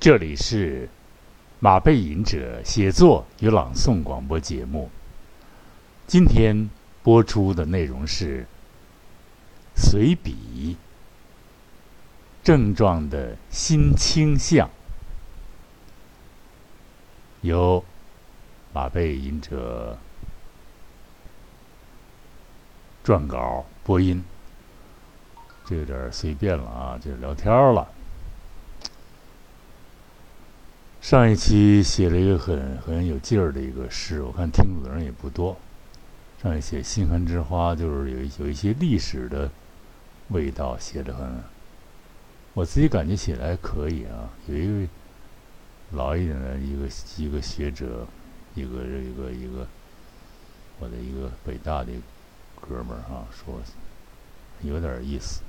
这里是马背吟者写作与朗诵广播节目。今天播出的内容是随笔症状的新倾向，由马背吟者撰稿播音。这有点随便了啊，这聊天了。上一期写了一个很有劲儿的一个诗，我看听的人也不多。上一期写心寒之花，就是有一些历史的味道，写得很，我自己感觉写的还可以啊。有一个老一点的一个学者，一个我的一个北大的哥们儿啊，说有点意思。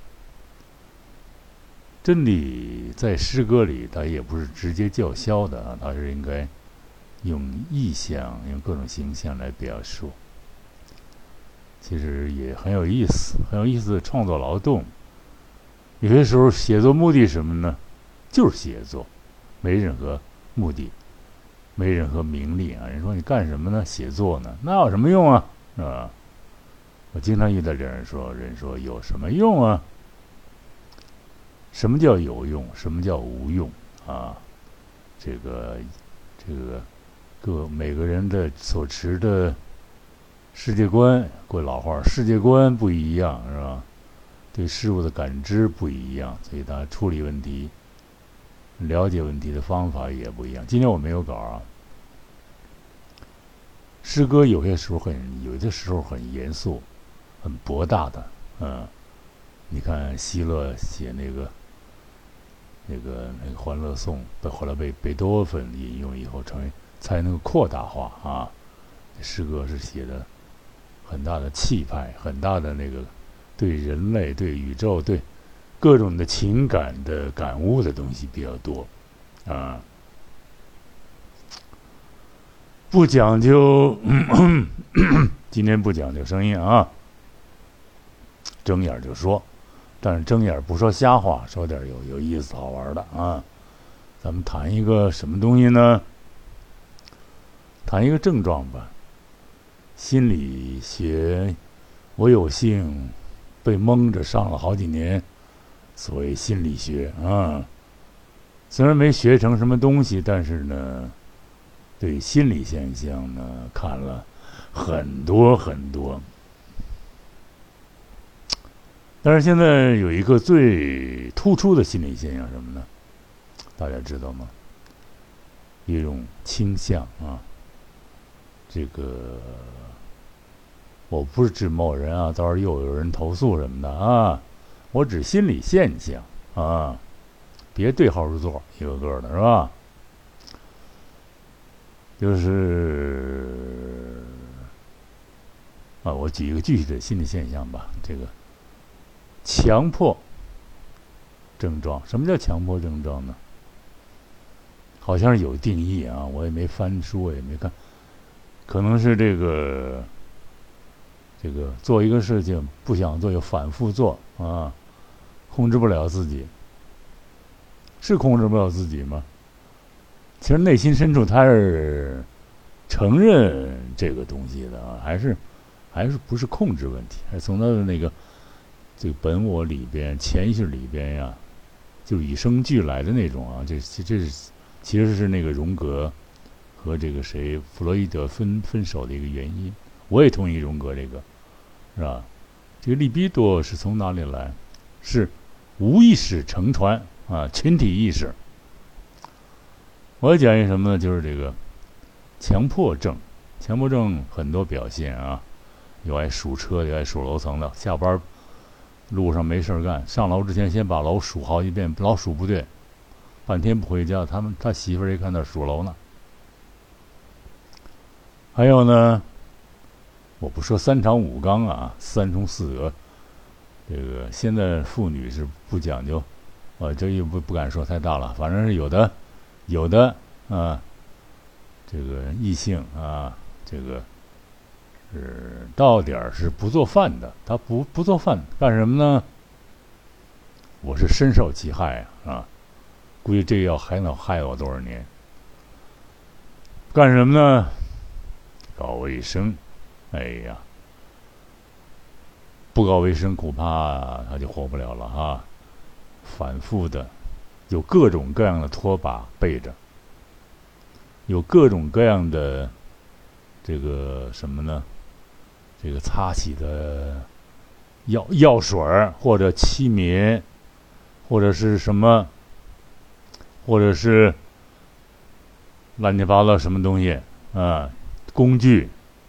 真理在诗歌里，它也不是直接叫嚣的啊，它是应该用意象、用各种形象来表述。其实也很有意思，很有意思的创作劳动。有些时候写作目的是什么呢？就是写作，没任何目的，没任何名利啊。人说你干什么呢？写作呢？那有什么用啊？是吧？我经常遇到这样人说有什么用啊？什么叫有用？什么叫无用？啊，这个每个人的所持的世界观，过老话，世界观不一样，是吧？对事物的感知不一样，所以他处理问题、了解问题的方法也不一样。今天我没有稿啊。诗歌有的时候很严肃、很博大的，你看希勒写那个《欢乐颂》，后来被贝多芬引用以后，才能够扩大化啊。诗歌是写的很大的气派，很大的那个对人类、对宇宙、对各种的情感的感悟的东西比较多啊。不讲究，今天不讲究声音啊，睁眼就说。但是睁眼不说瞎话，说点有意思好玩的啊。咱们谈一个什么东西呢？谈一个症状吧。心理学，我有幸被蒙着上了好几年所谓心理学啊。虽然没学成什么东西，但是呢，对心理现象呢看了很多很多。但是现在有一个最突出的心理现象什么呢？大家知道吗？一种倾向啊，这个我不是指某人啊，到时候又有人投诉什么的啊，我指心理现象啊，别对号入座，一个个的是吧？就是我举一个具体的心理现象吧，这个。强迫症状，什么叫强迫症状呢？好像是有定义啊，我也没翻书，我也没看。可能是这个做一个事情不想做，又反复做啊，控制不了自己，是控制不了自己吗？其实内心深处他是承认这个东西的啊，还是不是控制问题，还是从他的那个。这个本我里边、潜意识里边呀，就与生俱来的那种啊，这是其实是那个荣格和这个弗洛伊德分手的一个原因。我也同意荣格这个，是吧？这个利比多是从哪里来？是无意识承传啊，群体意识。我要讲一什么呢？就是这个强迫症。强迫症很多表现啊，有爱数车，有爱数楼层的，下班。路上没事干，上楼之前先把楼数好几遍，老数不对，半天不回家。他媳妇儿一看那数楼呢。还有呢，我不说三长五纲啊，三从四德，这个现在妇女是不讲究，这又不敢说太大了，反正是有的啊，这个异性啊，这个。是到点是不做饭的，他不做饭干什么呢？我是深受其害啊！ 估计这个还能害我多少年？干什么呢？搞卫生。哎呀，不搞卫生恐怕他就活不了了哈。反复的，有各种各样的拖把备着，有各种各样的这个什么呢？这个擦洗的药水或者器皿，或者是什么，或者是乱七八糟什么东西啊，工具，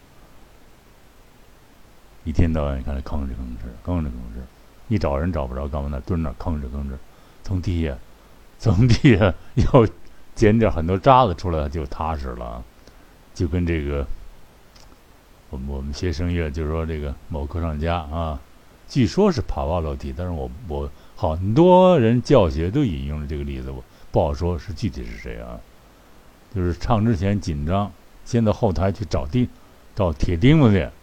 一天到晚你看他吭哧，一找人找不着，干嘛那蹲那吭哧，从地下要捡点很多渣子出来就踏实了，就跟这个我们学声乐，就是说这个某歌唱家啊，据说是帕瓦罗蒂，但是我很多人教学都引用了这个例子，我不好说是具体是谁啊。就是唱之前紧张，先到后台去找铁钉子去，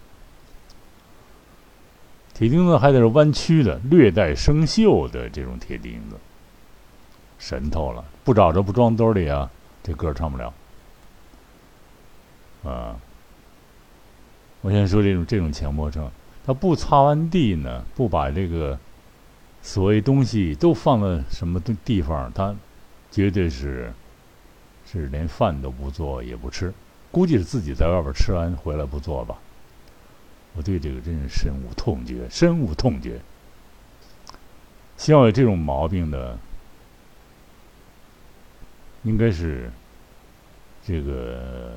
铁钉子还得是弯曲的、略带生锈的这种铁钉子，神透了，不找着不装兜里啊，这歌唱不了啊。我先说这种强迫症，他不擦完地呢，不把这个所谓东西都放到什么地方，他绝对是连饭都不做也不吃，估计是自己在外边吃完回来不做吧。我对这个真是深恶痛绝。像有这种毛病的，应该是这个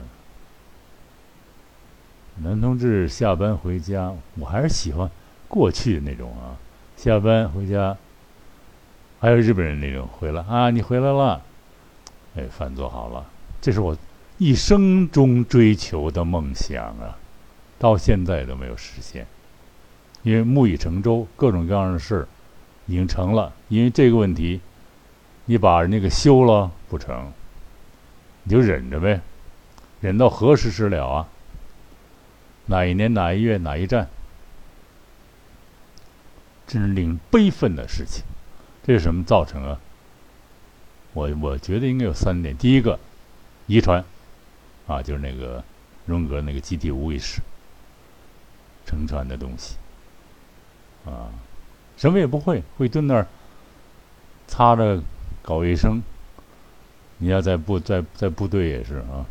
男同志下班回家，我还是喜欢过去的那种啊，下班回家，还有日本人那种回来啊，你回来了，哎，饭做好了，这是我一生中追求的梦想啊，到现在都没有实现，因为木已成舟，各种各样的事已经成了，因为这个问题，你把那个修了不成，你就忍着呗，忍到何时时了啊？哪一年哪一月哪一站？真是令悲愤的事情。这是什么造成啊？我觉得应该有3点。第一个，遗传啊，就是那个荣格那个集体无意识承传的东西啊，什么也不会，会蹲那儿擦着搞卫生。你要在部队也是啊，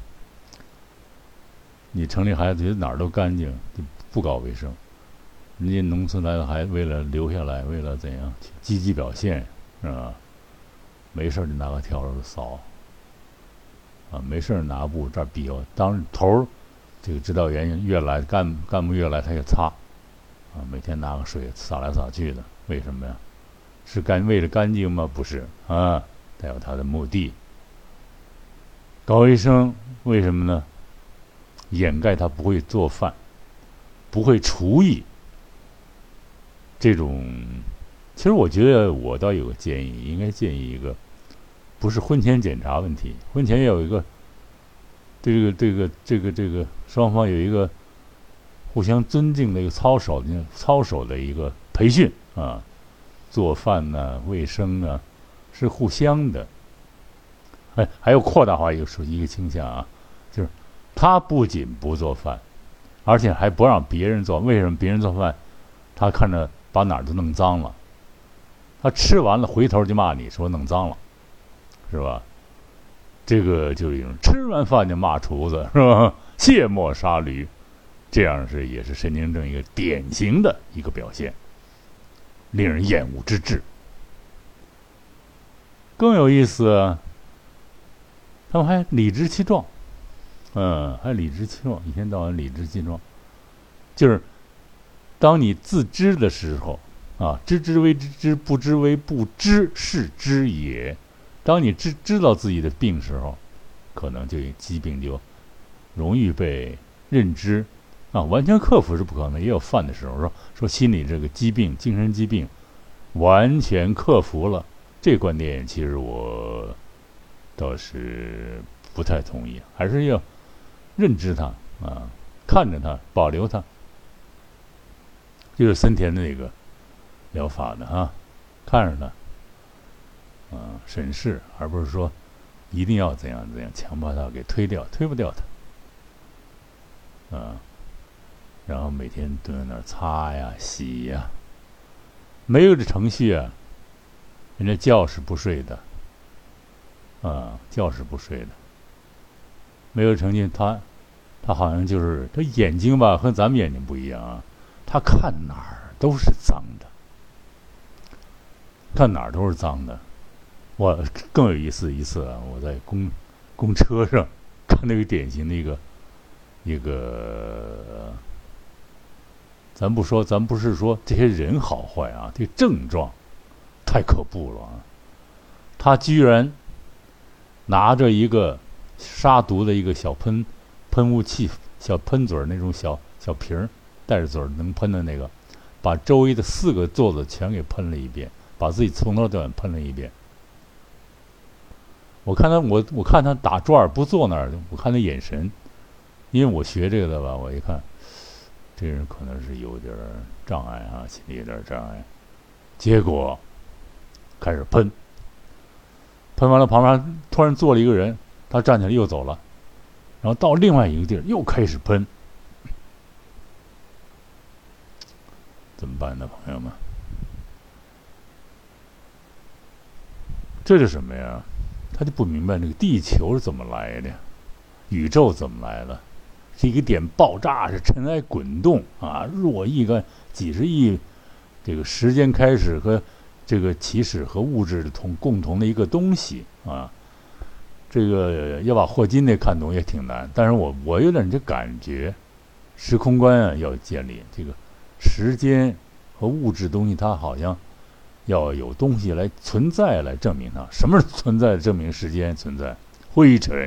你城里孩子觉得哪儿都干净，就不搞卫生。人家农村来的孩子为了留下来，为了怎样积极表现，是吧？没事就拿个笤帚扫，啊，没事拿布这儿比划。当头这个指导员越来干部越来，他也擦，啊，每天拿个水洒来洒去的。为什么呀？是为了干净吗？不是啊，他有他的目的。搞卫生为什么呢？掩盖他不会做饭，不会厨艺。这种，其实我觉得我倒有个建议，应该建议一个，不是婚前检查问题，婚前要有一个，这个双方有一个互相尊敬的一个操守的一个培训啊，做饭呢、卫生呢是互相的。哎，还有扩大化一个倾向啊，就是他不仅不做饭，而且还不让别人做。为什么别人做饭，他看着把哪儿都弄脏了，他吃完了回头就骂你说弄脏了，是吧？这个就是一种吃完饭就骂厨子，是吧？卸磨杀驴，这样也是神经症一个典型的一个表现，令人厌恶之至。更有意思啊，他们还理直气壮，还理直气壮，一天到晚理直气壮，就是当你自知的时候啊，知之为知之，不知为不知，是知也。当你知道自己的病时候，可能这疾病就容易被认知啊，完全克服是不可能，也有犯的时候。说心理这个疾病、精神疾病完全克服了，这观点其实我倒是不太同意，还是要认知它啊，看着它，保留它。就是森田的那个疗法的啊，看着它， 审视，而不是说一定要怎样怎样，强迫它给推掉，推不掉它，然后每天蹲在那儿擦呀、洗呀，没有这程序啊，人家觉是不睡的，觉是不睡的，没有程序，他好像就是他眼睛吧，和咱们眼睛不一样啊，他看哪儿都是脏的，看哪儿都是脏的。我更有意思一次啊，我在公车上看那个典型的一个，咱不是说这些人好坏啊，这个症状太可怖了啊！他居然拿着一个杀毒的一个小喷雾器、小喷嘴那种小瓶，带着嘴能喷的那个，把周围的4个座子全给喷了一遍，把自己从头到尾喷了一遍。我看他打转不坐那儿，我看他眼神，因为我学这个的吧，我一看，这人可能是有点障碍啊，心里有点障碍。结果开始喷完了，旁边突然坐了一个人，他站起来又走了，然后到另外一个地儿又开始喷，怎么办呢，朋友们？这是什么呀？他就不明白这个地球是怎么来的，宇宙怎么来的？是一个点爆炸，是尘埃滚动啊，若亿个几十亿这个时间开始和这个起始和物质的共同的一个东西啊。这个要把霍金那看懂也挺难，但是我有点这感觉，时空观啊要建立，这个时间和物质东西它好像要有东西来存在来证明它。什么是存在证明时间存在？灰尘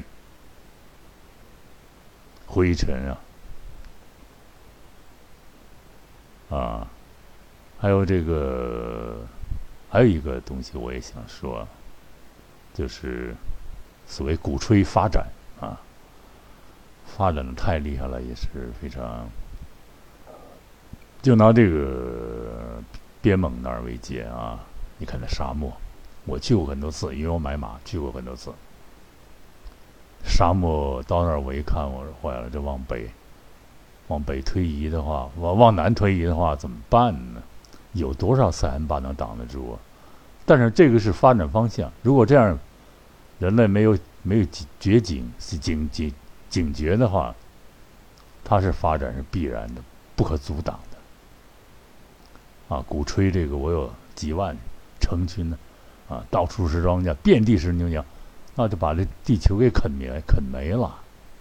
啊，还有这个，还有一个东西我也想说，就是所谓鼓吹发展啊，发展的太厉害了，也是非常。就拿这个边蒙那儿为界啊，你看那沙漠，我去过很多次，因为我买马去过很多次。沙漠到那儿我一看，我说坏了，这往北推移的话，往南推移的话怎么办呢？有多少塞罕坝能挡得住啊？但是这个是发展方向，如果这样人类没有觉警觉的话，它是发展是必然的，不可阻挡的。鼓吹这个我有几万成群的到处是庄稼，遍地是牛羊，那就把这地球给啃没了，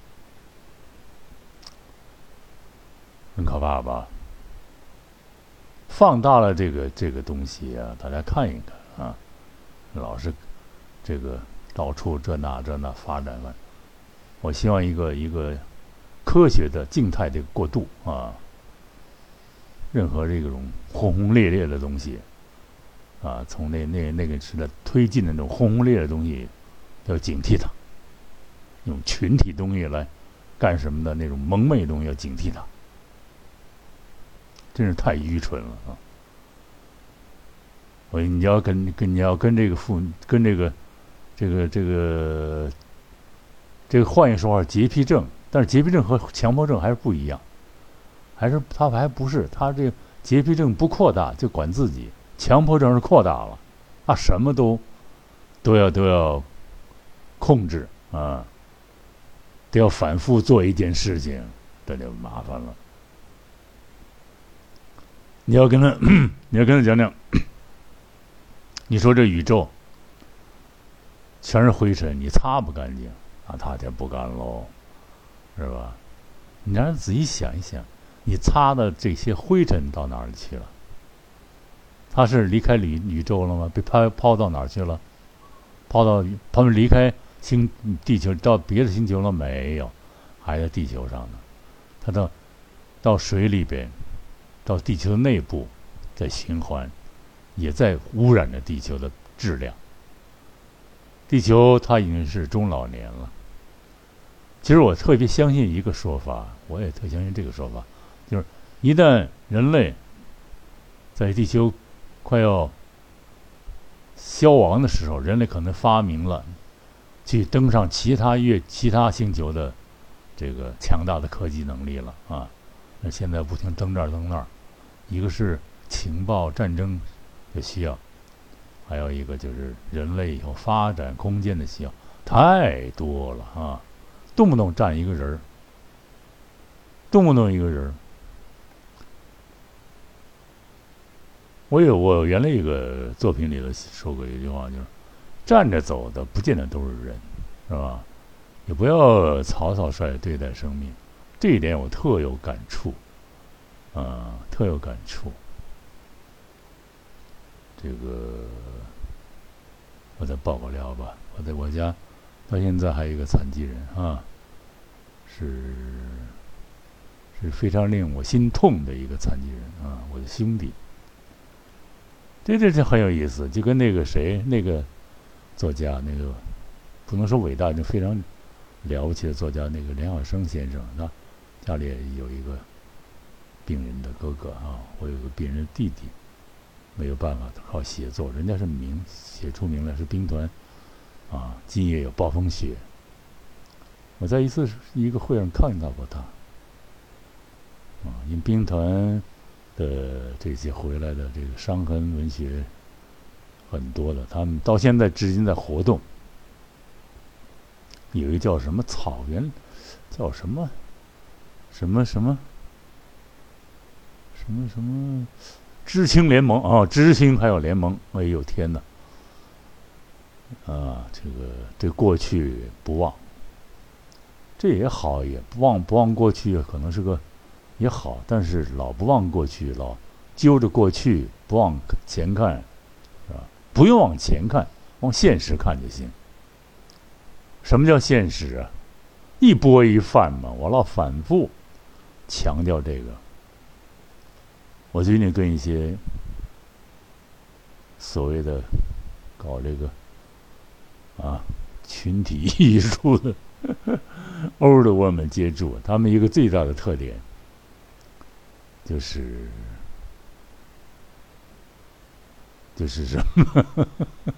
很可怕吧？放大了这个东西啊，大家看一看啊，老是这个到处这那发展了。我希望一个科学的静态的过渡啊，任何这种轰轰烈烈的东西啊，从那个时代推进的那种轰轰烈烈的东西，要警惕它。用群体东西来干什么的那种蒙昧的东西要警惕它。真是太愚蠢了啊！你要跟这个这个换一说话，洁癖症，但是洁癖症和强迫症还是不一样，他还不是他这个洁癖症不扩大就管自己，强迫症是扩大了，什么都要控制啊，都要反复做一件事情，这就麻烦了。你要跟他讲讲，你说这宇宙全是灰尘，你擦不干净他就不干喽，是吧？你让人仔细想一想，你擦的这些灰尘到哪儿去了？它是离开宇宙了吗？被抛到哪儿去了？他们离开地球到别的星球了没有？还在地球上呢。它到水里边，到地球内部在循环，也在污染着地球的质量。地球它已经是中老年了。其实我特别相信一个说法，我也特相信这个说法，就是一旦人类在地球快要消亡的时候，人类可能发明了去登上其他星球的这个强大的科技能力了啊。那现在不停登这儿登那儿，一个是情报战争的需要，还有一个就是人类以后发展空间的需要，太多了啊！动不动站一个人儿，动不动一个人儿。我原来一个作品里头说过一句话，就是站着走的不见得都是人，是吧？也不要草草率地对待生命，这一点我特有感触，特有感触。这个我再爆个料吧，我在我家到现在还有一个残疾人啊，是非常令我心痛的一个残疾人啊，我的兄弟。这很有意思，就跟那个谁，那个作家，那个不能说伟大，就非常了不起的作家，那个梁晓声先生，他家里有一个病人的哥哥啊，我有个病人的弟弟，没有办法靠写作，人家是写出名来，是兵团啊，今夜有暴风雪。我在一个会上看到过他啊，因兵团的这些回来的这个伤痕文学很多的，他们到现在至今在活动。有一个叫什么草原，叫什么知青联盟啊，知青还有联盟，哎呦天哪！啊，这过去不忘，这也好，也不忘过去，可能是个也好，但是老不忘过去，老揪着过去不往前看，是吧？不用往前看，往现实看就行。什么叫现实啊？一波一饭嘛，我老反复强调这个。我最近跟一些所谓的搞这个群体艺术的old woman 接触，他们一个最大的特点就是什么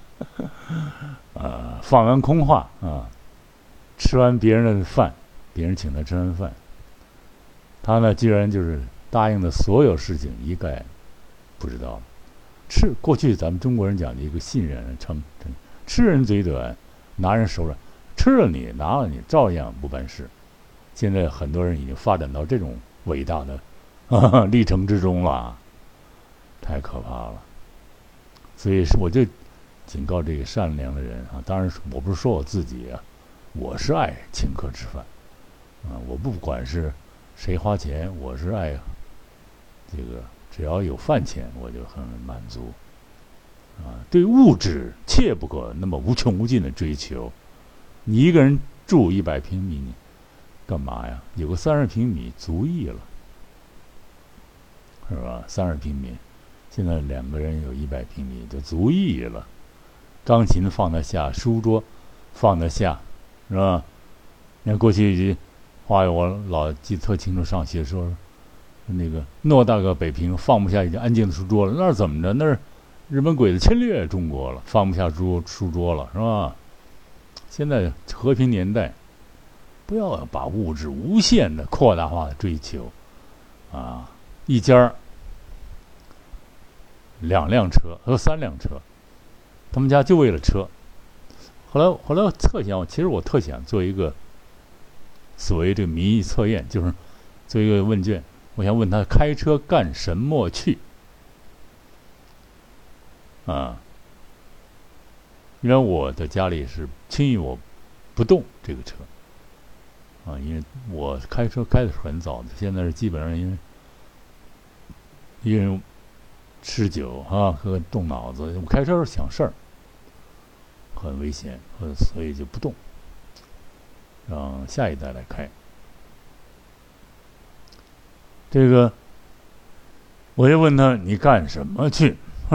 放完空话啊，吃完别人的饭，别人请他吃完饭，他呢居然就是答应的所有事情一概不知道了。过去咱们中国人讲的一个信任称，吃人嘴短，拿人手软，吃了你拿了你照样不办事。现在很多人已经发展到这种伟大的历程之中了，太可怕了。所以我就警告这个善良的人啊，当然我不是说我自己啊，我是爱请客吃饭我不管是谁花钱，我是爱这个，只要有饭钱我就很满足对物质切不可那么无穷无尽的追求。你一个人住100平米，你干嘛呀？有个30平米足矣了，是吧？30平米，现在2个人有100平米就足矣了。钢琴放得下，书桌放得下，是吧？你看过去我老记得特清楚，上学说那个偌大个北平放不下一个安静的书桌了，那是怎么着？那是日本鬼子侵略中国了，放不下书桌了，是吧？现在和平年代，不要把物质无限的扩大化的追求一家2辆车和3辆车，他们家就为了车。后来其实我特想做一个所谓这个民意测验，就是做一个问卷，我想问他开车干什么去因为我的家里是轻易我不动这个车因为我开车开的是很早的，现在是基本上因为吃酒和动脑子，我开车是想事儿，很危险，所以就不动，让下一代来开。这个我就问他你干什么去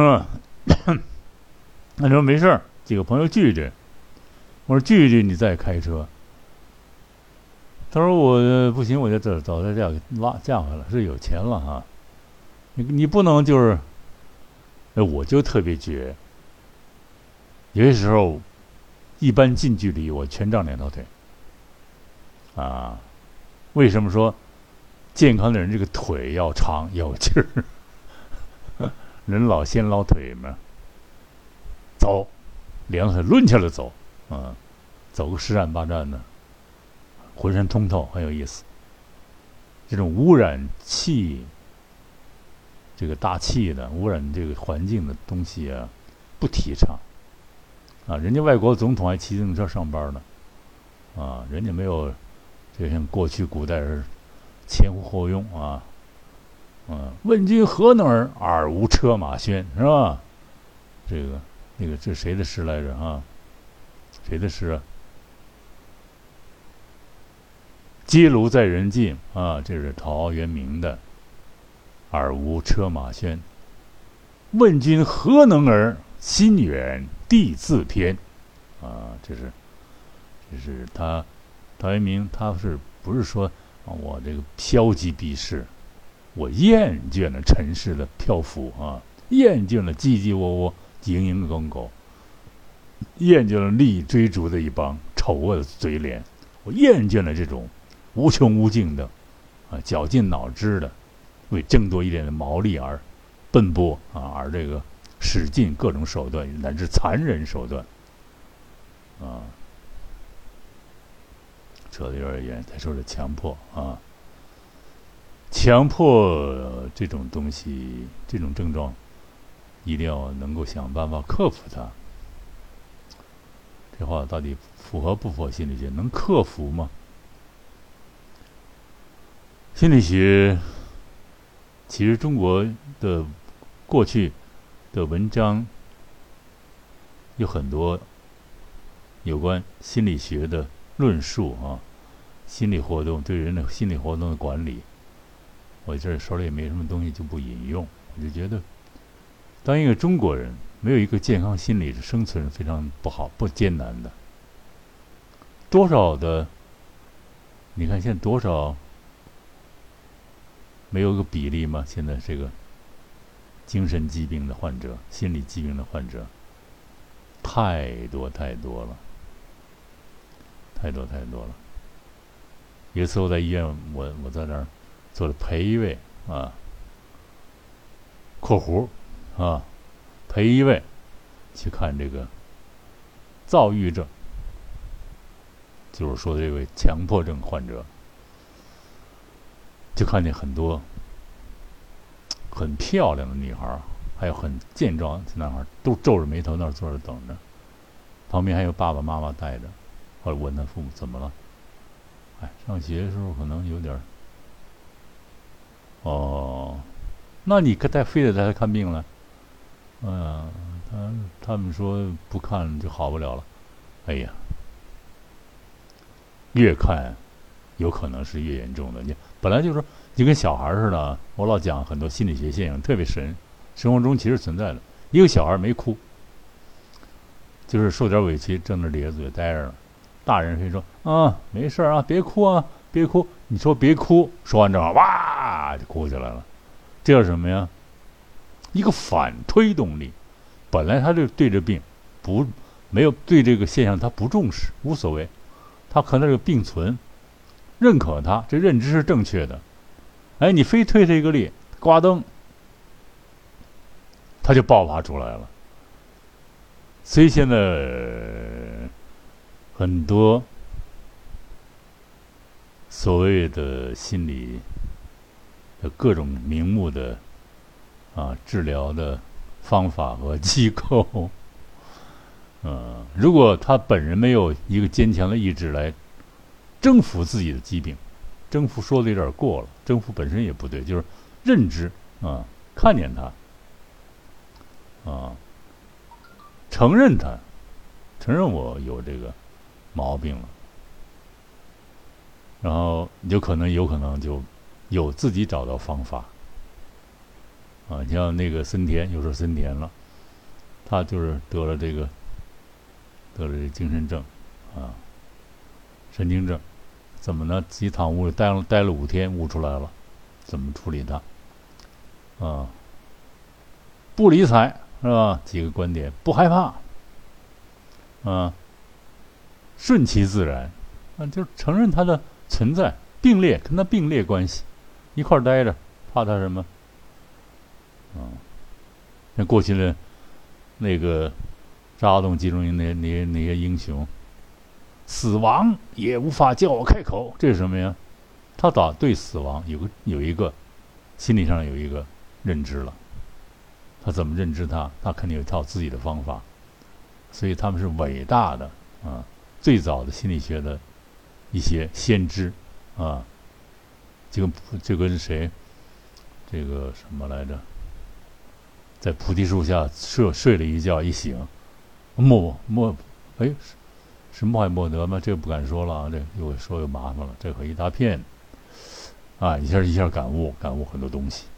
他说没事儿，几个朋友聚聚。我说聚聚你再开车。他说我不行，我就早在这嫁回来，是有钱了你不能就是我就特别绝有些时候一般近距离我全长2条腿啊。为什么说健康的人这个腿要长要有劲儿？人老先老腿嘛，走2条腿抡起来走啊，走个10站8站的，浑身通透，很有意思。这种污染气，这个大气的污染这个环境的东西啊，不提倡啊。人家外国总统还骑自行车上班呢啊，人家没有就像过去古代人前呼后拥啊。问君何能尔？尔无车马喧，是吧？那个这谁的诗来着啊？谁的诗啊？街庐在人境啊，这是陶渊明的。尔无车马喧，问君何能尔？心远地自偏。啊，这是陶渊明，他不是说我这个消极避世，我厌倦了尘世的漂浮啊，厌倦了唧唧窝窝、蝇营狗苟，厌倦了利益追逐的一帮丑恶的嘴脸，我厌倦了这种无穷无尽的绞尽脑汁的为争夺一点的毛利而奔波啊，而这个使尽各种手段乃至残忍手段啊。扯得有点远，他说是强迫啊，强迫这种东西，这种症状，一定要能够想办法克服它。这话到底符合不符合心理学？能克服吗？心理学其实中国的过去的文章有很多有关心理学的论述啊，心理活动对人的心理活动的管理，我这手里也没什么东西就不引用。我就觉得，当一个中国人没有一个健康心理的生存非常不好、不艰难的。多少的，你看现在多少没有个比例吗？现在这个精神疾病的患者、心理疾病的患者太多了。有一次我在医院，我在那儿做了陪一位啊，括弧啊，陪一位去看这个躁郁症，就是说的这位强迫症患者，就看见很多很漂亮的女孩，还有很健壮的男孩，都皱着眉头那儿坐着等着，旁边还有爸爸妈妈带着。后来问他父母怎么了？上学的时候可能有点那你非得带他看病了？他们说不看就好不了了。哎呀，越看有可能是越严重的。你本来就是说就跟小孩似的，我老讲很多心理学现象特别神，生活中其实存在的。一个小孩没哭，就是受点委屈，正着咧着嘴待着了。大人会说没事啊，别哭啊，别哭。你说别哭，说完之后哇就哭起来了。这叫什么呀？一个反推动力。本来他就对这病没有对这个现象他不重视，无所谓，他可能这个病存，认可他，这认知是正确的。你非推他一个力，呱噔，他就爆发出来了。所以现在很多所谓的心理的各种名目的治疗的方法和机构，如果他本人没有一个坚强的意志来征服自己的疾病，征服说的有点过了，征服本身也不对，就是认知看见他承认我有这个毛病了，然后你就有可能就有自己找到方法你像那个森田，又说森田了，他就是得了这精神症神经症，怎么呢？自己躺屋里待了5天，悟出来了，怎么处理它不理睬是吧？几个观点，不害怕啊，顺其自然，啊，就承认他的存在，并列，跟他并列关系，一块儿待着，怕他什么？啊，像过去的那个扎东集中营那些英雄，死亡也无法叫我开口，这是什么呀？他对死亡有一个心理上有一个认知了，他怎么认知他肯定有一套自己的方法，所以他们是伟大的啊，最早的心理学的一些先知啊，就跟谁，这个什么来着，在菩提树下睡了一觉，一醒，哎，是穆罕默德吗？这个不敢说了啊，这又说又麻烦了，这可一大片啊，一下感悟很多东西。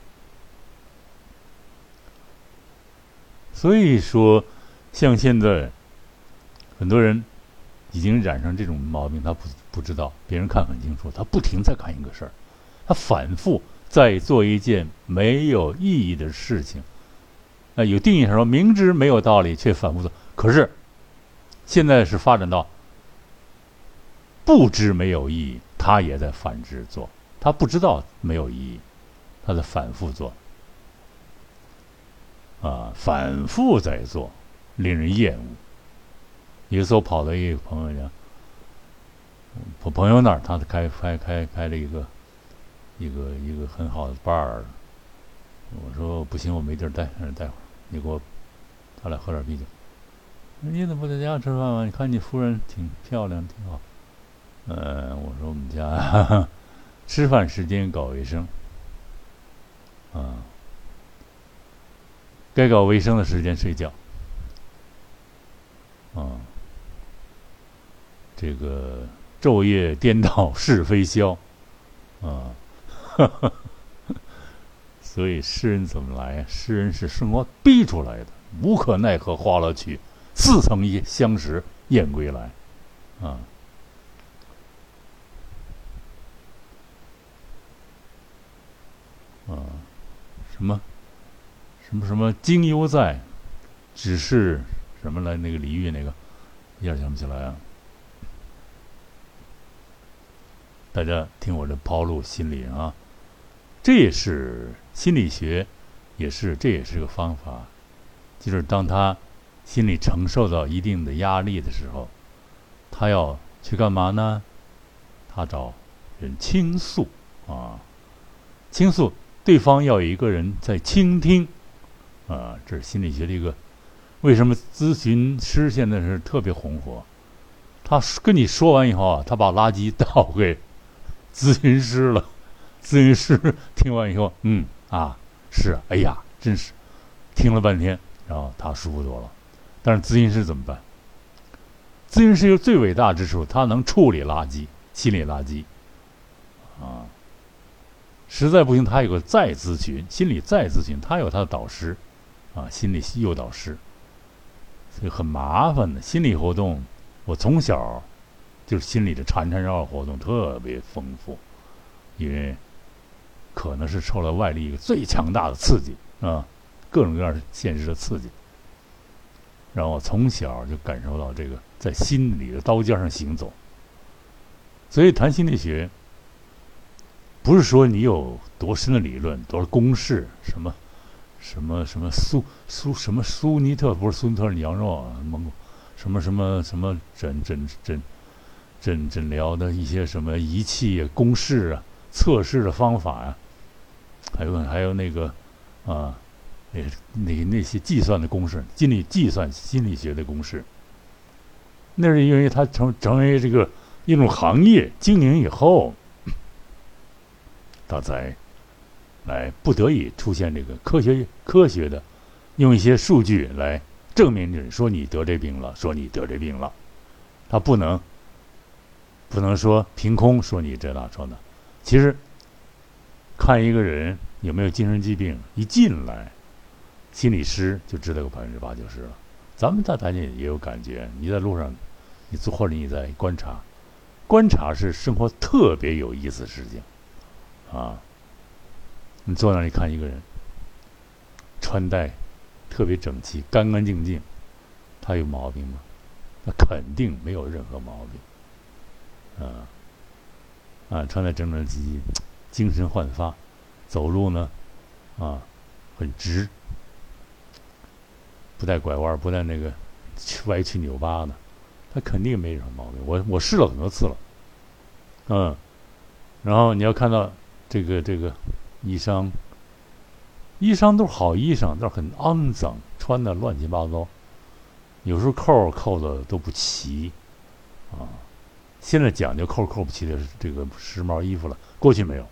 所以说，像现在很多人已经染上这种毛病，他不知道，别人看很清楚，他不停在干一个事儿，他反复在做一件没有意义的事情。有定义上说，明知没有道理却反复做。可是现在是发展到不知没有意义，他也在反之做。他不知道没有意义，他在反复做，反复在做，令人厌恶。有一次我跑到一个朋友家，我朋友那儿，他开了一个很好的 bar。我说不行，我没地儿待会儿，你给我，他俩喝点啤酒。你怎么不在家吃饭吗？你看你夫人挺漂亮，挺好。我说我们家吃饭时间搞卫生，该搞卫生的时间睡觉，这个昼夜颠倒是非消，所以诗人怎么来？诗人是生活逼出来的，无可奈何花了去，似曾相识燕归来，什么经犹在，只是什么来？那个李煜那个，一下想不起来啊。大家听我这抛露心理啊，这也是心理学，这也是个方法，就是当他心里承受到一定的压力的时候，他要去干嘛呢？他找人倾诉倾诉，对方要有一个人在倾听这是心理学的一个。为什么咨询师现在是特别红火？他跟你说完以后他把垃圾倒给咨询师了，咨询师听完以后，是，哎呀，真是，听了半天，然后他舒服多了。但是咨询师怎么办？咨询师有最伟大之处，他能处理垃圾，心理垃圾，实在不行，他有个再咨询，心理再咨询，他有他的导师，心理诱导师，所以很麻烦的。心理活动，我从小就是心理的缠绕活动特别丰富，因为可能是受了外力一个最强大的刺激各种各样的现实的刺激，让我从小就感受到这个在心理的刀尖上行走。所以谈心理学，不是说你有多深的理论、多少公式，什么苏尼特，不是苏尼特是羊肉啊，什么诊疗的一些什么仪器公式测试的方法还有那个那些计算的公式，计算心理学的公式，那是因为它成为这个一种行业经营以后，它才来不得已出现这个科学的，用一些数据来证明你说你得这病了，他不能说凭空说你这那说的。其实看一个人有没有精神疾病，一进来，心理师就知道个80%-90%了。咱们大家也有感觉，你在路上，或者你在观察是生活特别有意思的事情你坐那里看一个人，穿戴特别整齐，干干净净，他有毛病吗？ 那肯定没有任何毛病。穿戴整整齐齐，精神焕发，走路呢，很直，不带拐弯，不带那个歪曲扭八的，他肯定没什么毛病。我试了很多次了，然后你要看到这个衣裳都是好衣裳，但是很肮脏，穿的乱七八糟，有时候扣的都不齐，现在讲究扣不齐的是这个时髦衣服了，过去没有，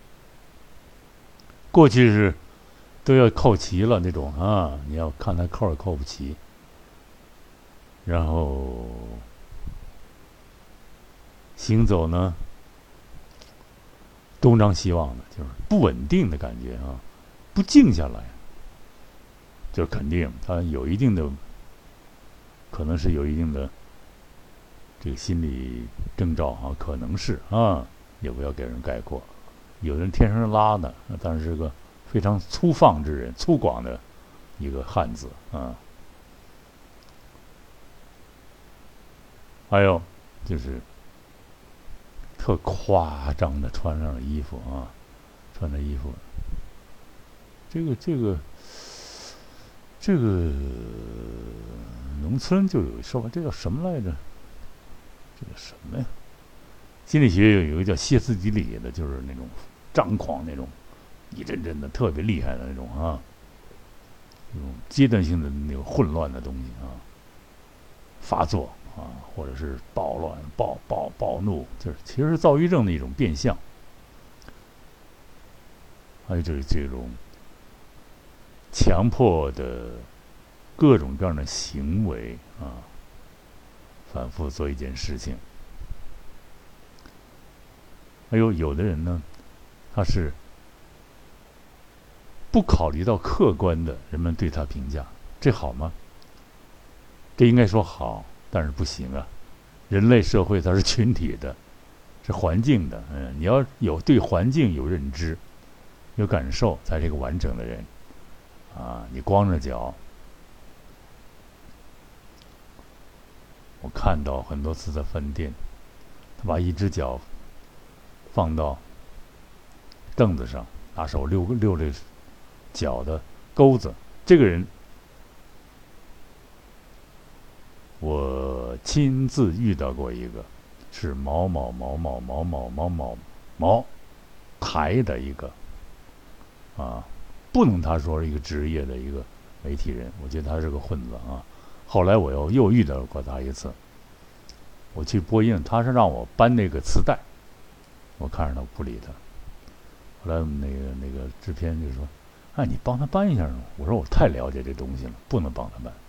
过去是都要扣齐了那种你要看它扣不齐，然后行走呢东张西望的，就是不稳定的感觉不静下来，就是肯定它有一定的，可能是有一定的这个心理征兆可能是也不要给人概括。有的人天生拉的，但是个非常粗放之人，粗犷的一个汉子还有就是特夸张的穿上了衣服穿的衣服，这个农村就有说法，这叫什么来着？这个什么呀？心理学有一个叫歇斯底里的，就是那种张狂那种，一阵阵的特别厉害的那种那种阶段性的那个混乱的东西发作或者是暴乱、暴怒，就是其实是躁郁症的一种变相。还有就是这种强迫的各种各样的行为反复做一件事情。还有的人呢，他是不考虑到客观的人们对他评价，这好吗？这应该说好，但是不行啊。人类社会它是群体的，是环境的，你要有对环境有认知、有感受，才是一个完整的人你光着脚，我看到很多次在饭店，他把一只脚放到凳子上，拿手溜这脚的钩子。这个人我亲自遇到过一个，是某台的一个不能他说是一个职业的一个媒体人，我觉得他是个混子后来我又遇到过他一次，我去播音，他是让我搬那个磁带，我看着他不理他。后来我们那个制片就说：“你帮他搬一下。”我说：“我太了解这东西了，不能帮他搬。”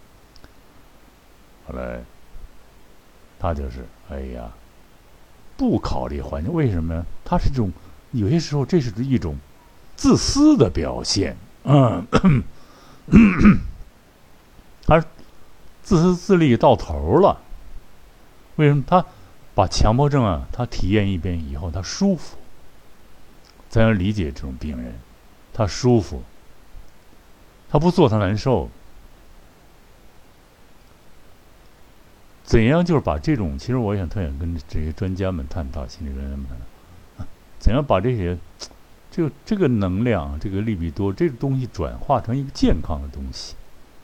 后来他就是不考虑环境，为什么呢？他是这种有些时候这是一种自私的表现他自私自利到头了。为什么？他把强迫症他体验一遍以后，他舒服。咱要理解这种病人，他舒服，他不做他难受。怎样就是把这种，其实我特想跟这些专家们探讨，心理专家们探讨怎样把这些这个能量，这个利比多这个东西转化成一个健康的东西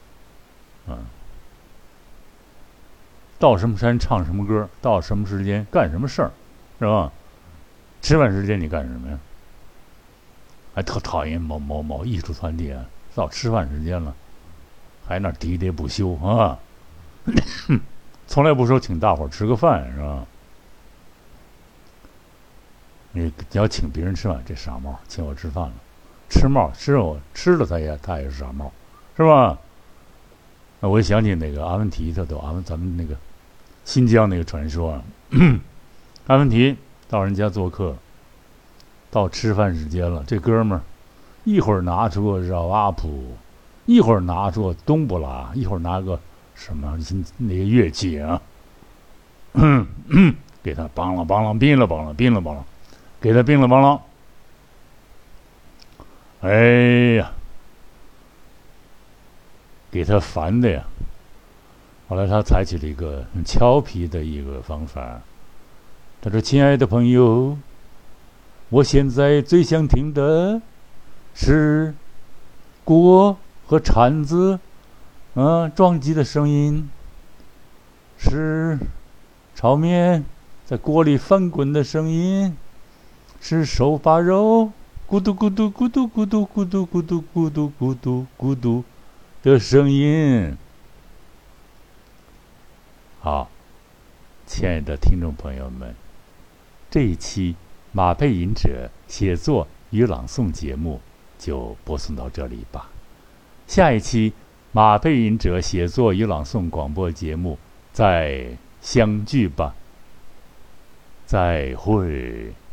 到什么山唱什么歌，到什么时间干什么事儿，是吧？吃饭时间你干什么呀？还特讨厌某艺术团体到吃饭时间了，还那喋喋不休从来不说请大伙儿吃个饭，是吧？你要请别人吃饭，这傻帽请我吃饭了，吃我吃了他也是傻帽，是吧？我也想起那个阿文提，咱们那个新疆那个传说阿文提到人家做客，到吃饭时间了，这哥们儿一会儿拿出个绕阿普，一会儿拿出个冬不拉，一会儿拿个什么那个乐器给他梆啷梆啷冰了梆啷冰了梆啷，给他冰了梆啷。哎呀，给他烦的呀！ 后来他采取了一个很俏皮的一个方法，他说：“亲爱的朋友，我现在最想听的是锅和铲子撞击的声音，是炒面在锅里翻滚的声音，是手把肉咕嘟咕嘟咕嘟咕嘟咕嘟咕嘟咕嘟咕嘟咕嘟的声音。”好，亲爱的听众朋友们，这一期马背吟者写作与朗诵节目就播送到这里吧。下一期马背吟者写作与朗诵广播节目再相聚吧。再会。